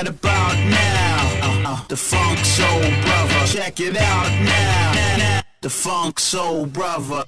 right about now. The Funk Soul Brother, check it out now. The Funk Soul Brother.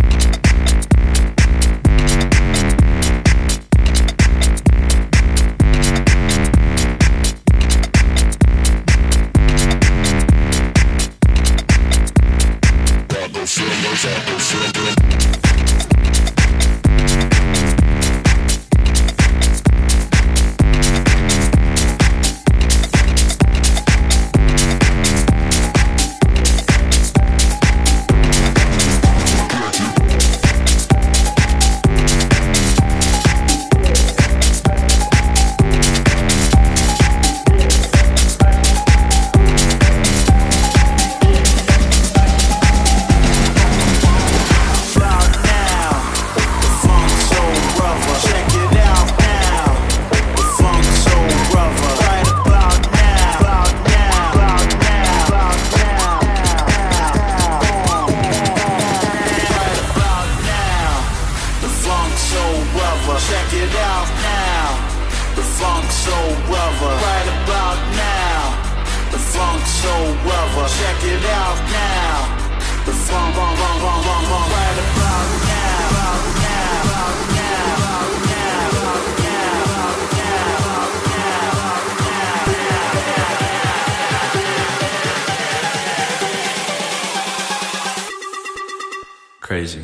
Crazy.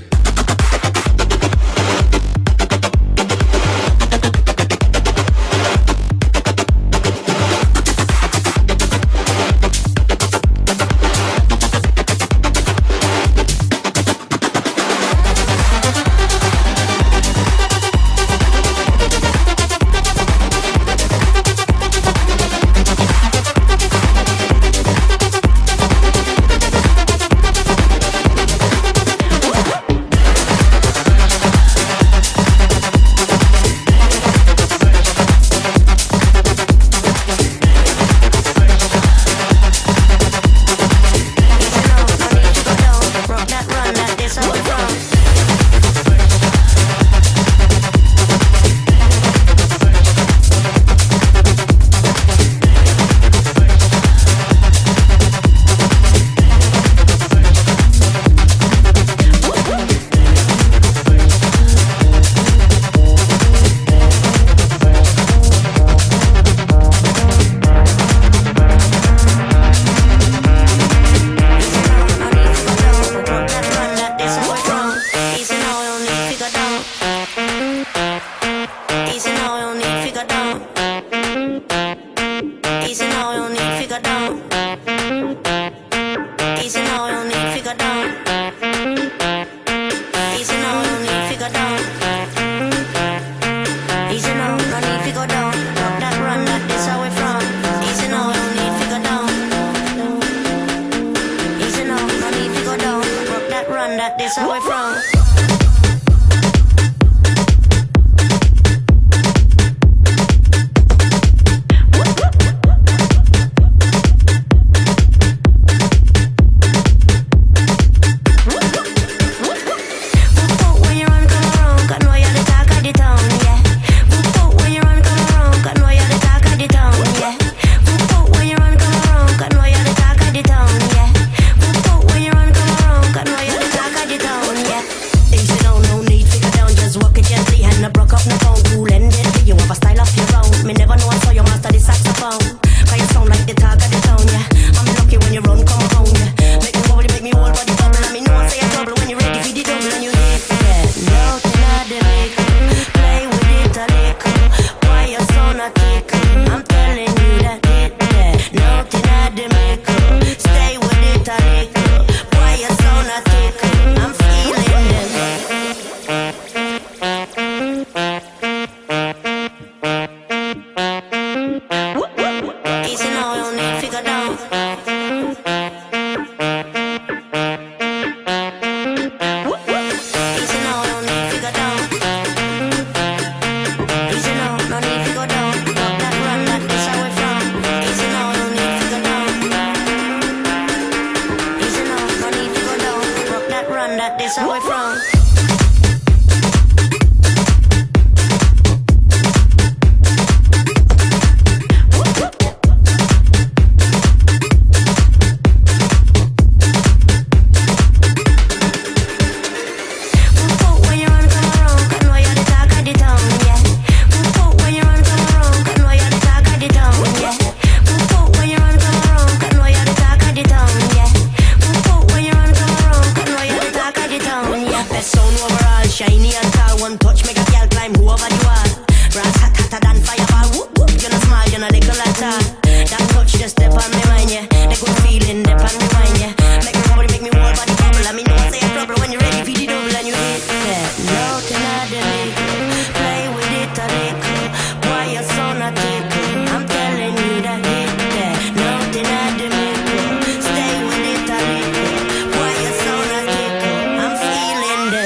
feel like that. That touch just step on me mind, yeah. The good feeling, step on me mind, yeah. Make me bubble, make me whole body bubble. I mean, you say a trouble when you're ready for the double and you hit that. Nothing I little, play with it a little. Why you so not tickle? I'm telling you that hit that. Nothing I little, stay with it a little. Why you so not tickle? I'm feeling that.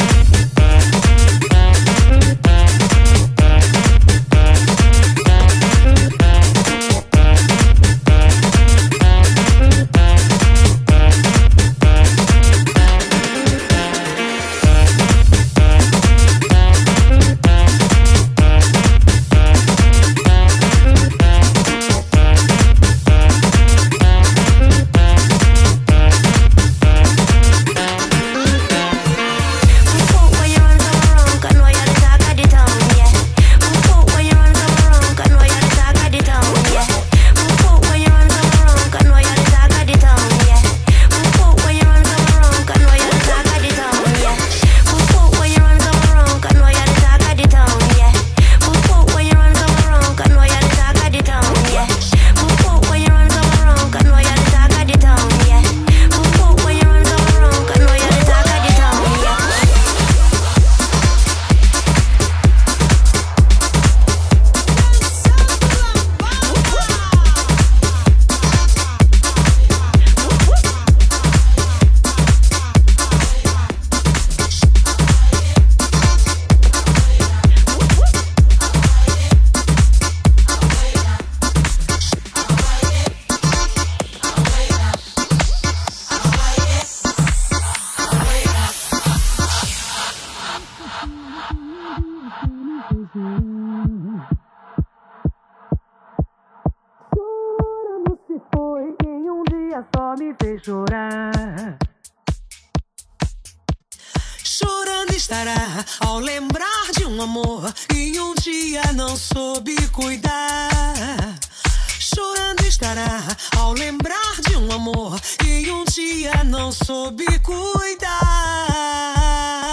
Chorando estará ao lembrar de um amor que um dia não soube cuidar. Chorando estará ao lembrar de um amor que um dia não soube cuidar.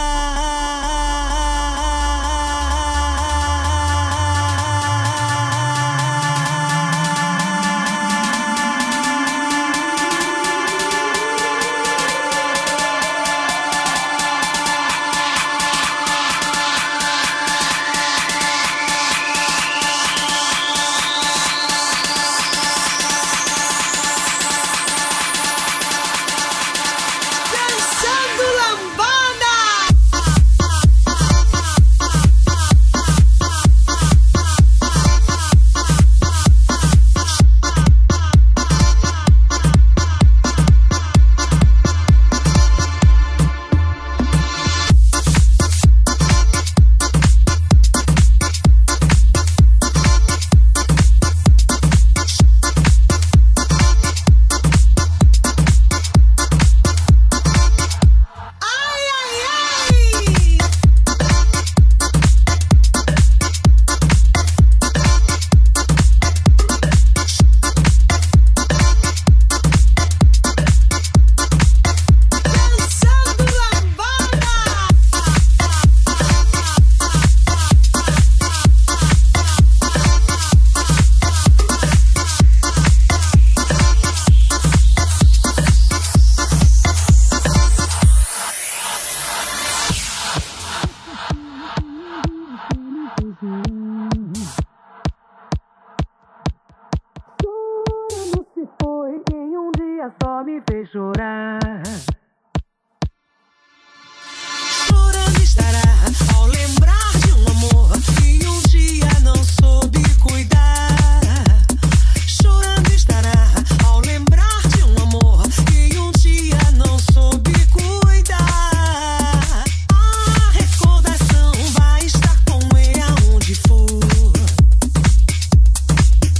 Só me fez chorar. Chorando estará ao lembrar de um amor que um dia não soube cuidar. Chorando estará ao lembrar de um amor que um dia não soube cuidar. A recordação vai estar com ele aonde for.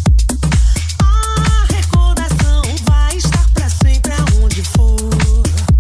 A recordação vai estar pra sempre aonde for.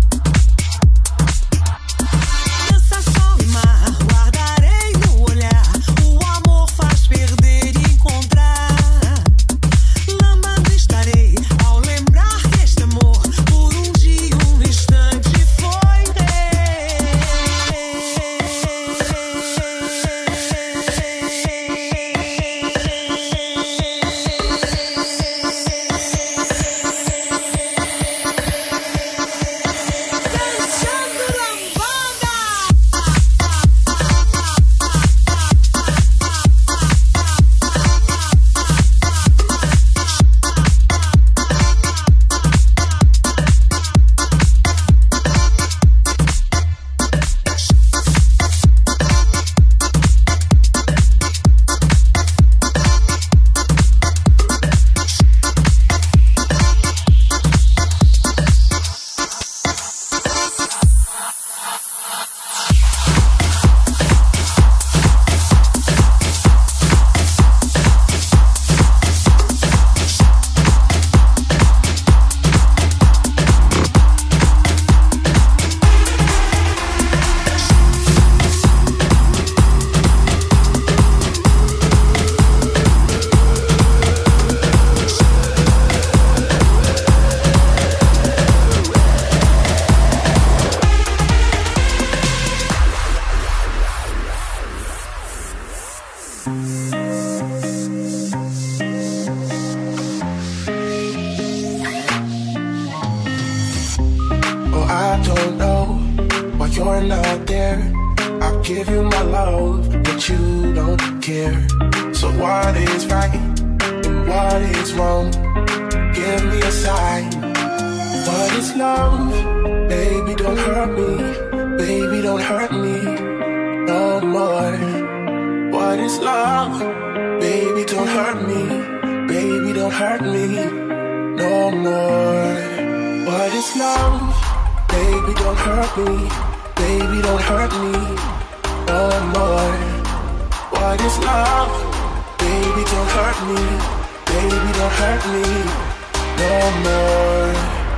you're not there. I give you my love, but you don't care. So what is right and what is wrong? Give me a sign. What is love? Baby, don't hurt me. Baby, don't hurt me no more. What is love? Baby, don't hurt me. Baby, don't hurt me no more. What is love? Baby, don't hurt me. Baby, don't hurt me no more. What is love? Baby, don't hurt me. Baby, don't hurt me no more.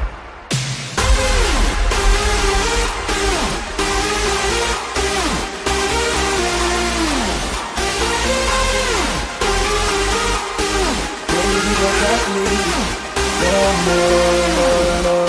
Baby, don't hurt me no more.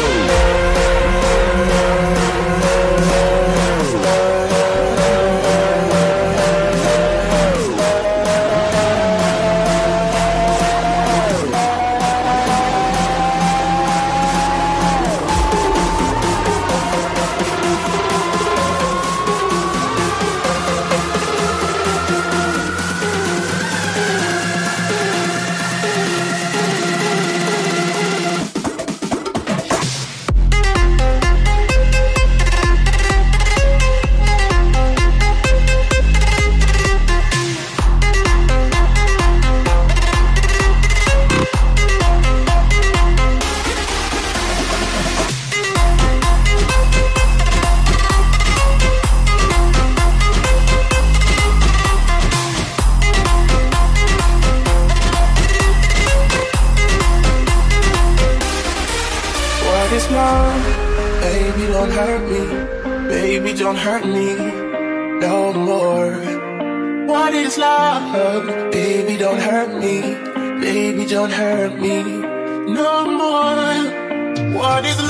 Don't hurt me no more. What is love? Baby, don't hurt me. Baby, don't hurt me no more. What is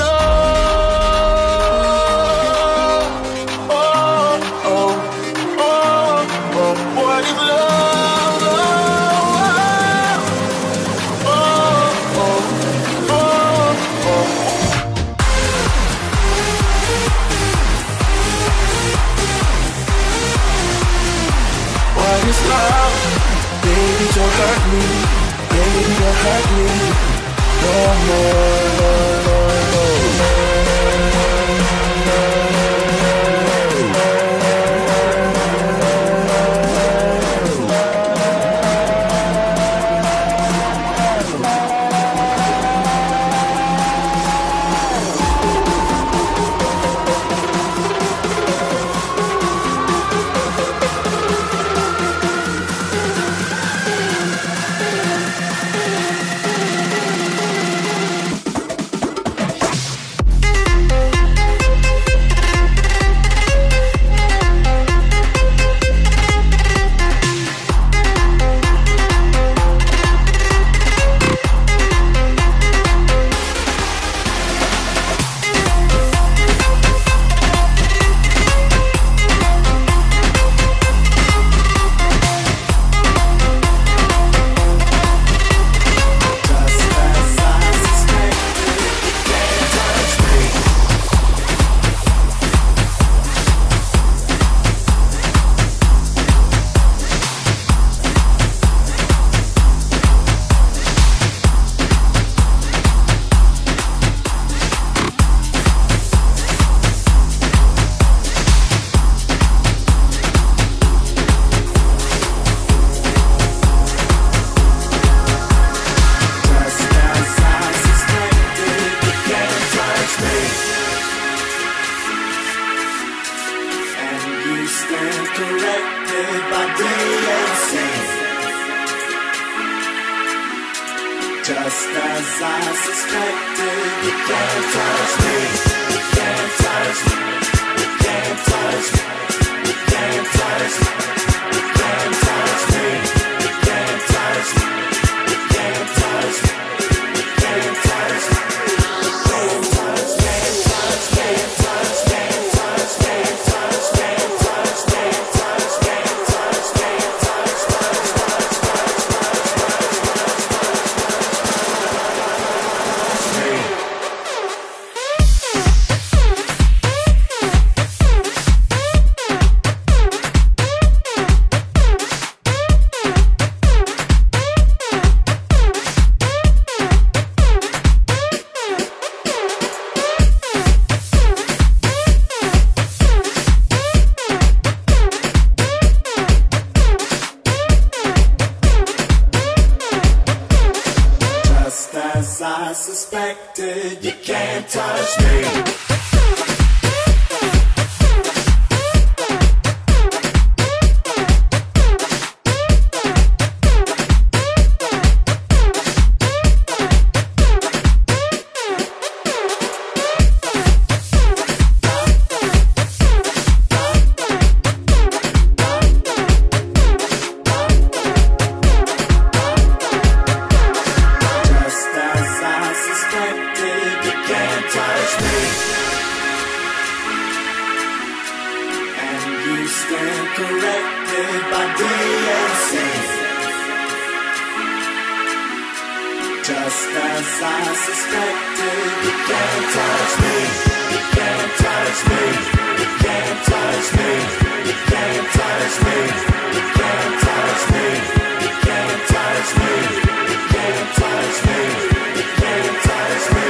love? Oh, oh, oh, oh. What is love? Oh, oh, oh, oh, oh. What is love? Baby, don't hurt me. Baby, don't hurt me no more. Just as I suspected, you can't touch me. You can't touch me. You can't touch me. You can't touch me. You can't touch me. You can't touch me. You can't touch me. You can't touch me. Just as I suspected, you can't touch me. Just as I suspected, you can't touch me. You can't touch me. You can't touch me. You can't touch me. You can't touch me. You can't touch me. You can't touch me. You can't touch me.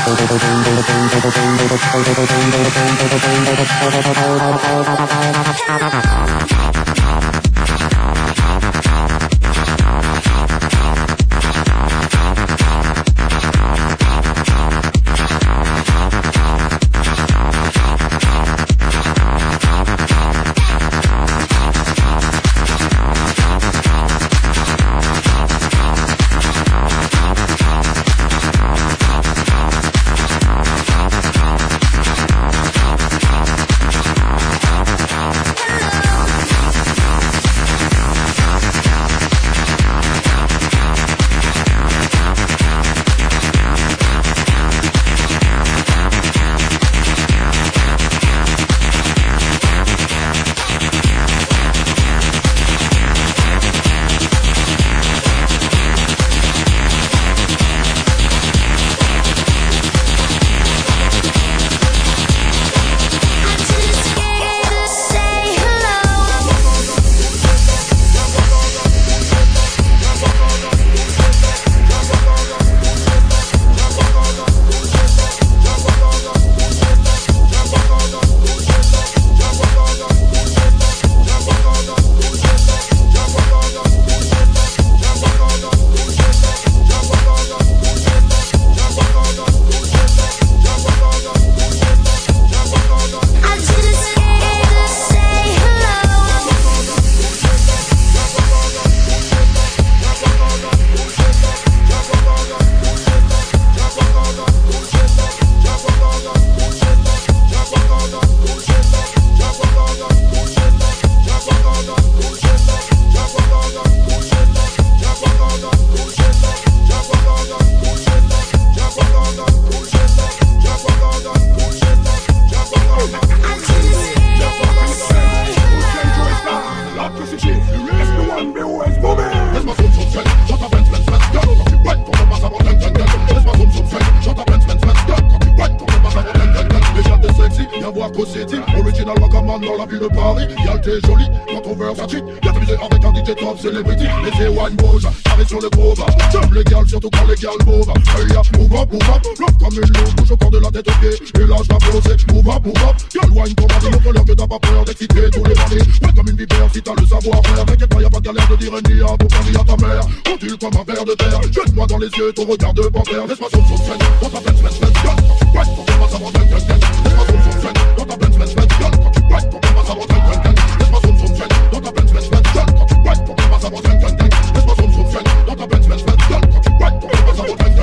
Original Wakaman dans la ville de Paris. Y'a t'es joli quand on Versace. Y'a t'amusé avec un DJ top celebrity. Les éloignes bougent, carré sur le gros bas. J'aime les gals, surtout quand les gals bouvent. Hey ya, move up, l'homme comme une loupe. Bouge au corps de la tête aux pieds. Et là je vais poser, move up, Girl wine ton mari, montre-leur que t'as pas peur d'exciter tous les bandits. Ouais comme une vipère si t'as le savoir-faire. T'inquiète pas, y'a pas de galère de dire un nia pour faire dire à ta mère. Continue comme un verre de terre. Jette-moi dans les yeux ton regard de panthère. Laisse-moi sur son scène, dans ta fête, ouais, ton père va savoir laisse-moi sur son scène, dans ta fête, quand tu ouais, ton père va savoir laisse-moi sur son scène, dans ta fête, quand tu ouais, ton père va savoir laisse-moi sur son scène, dans ta fête, quand tu ouais, ton père va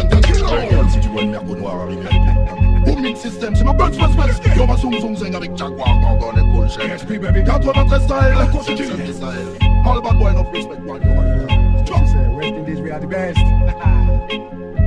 savoir si tu vois une merde au noir arriver. Booming system, c'est ma bonne Y'en va zoom zing avec Jaguar, dans les cool shit. 93 style, all bad boy, no respect, man. West Indies, we are the best.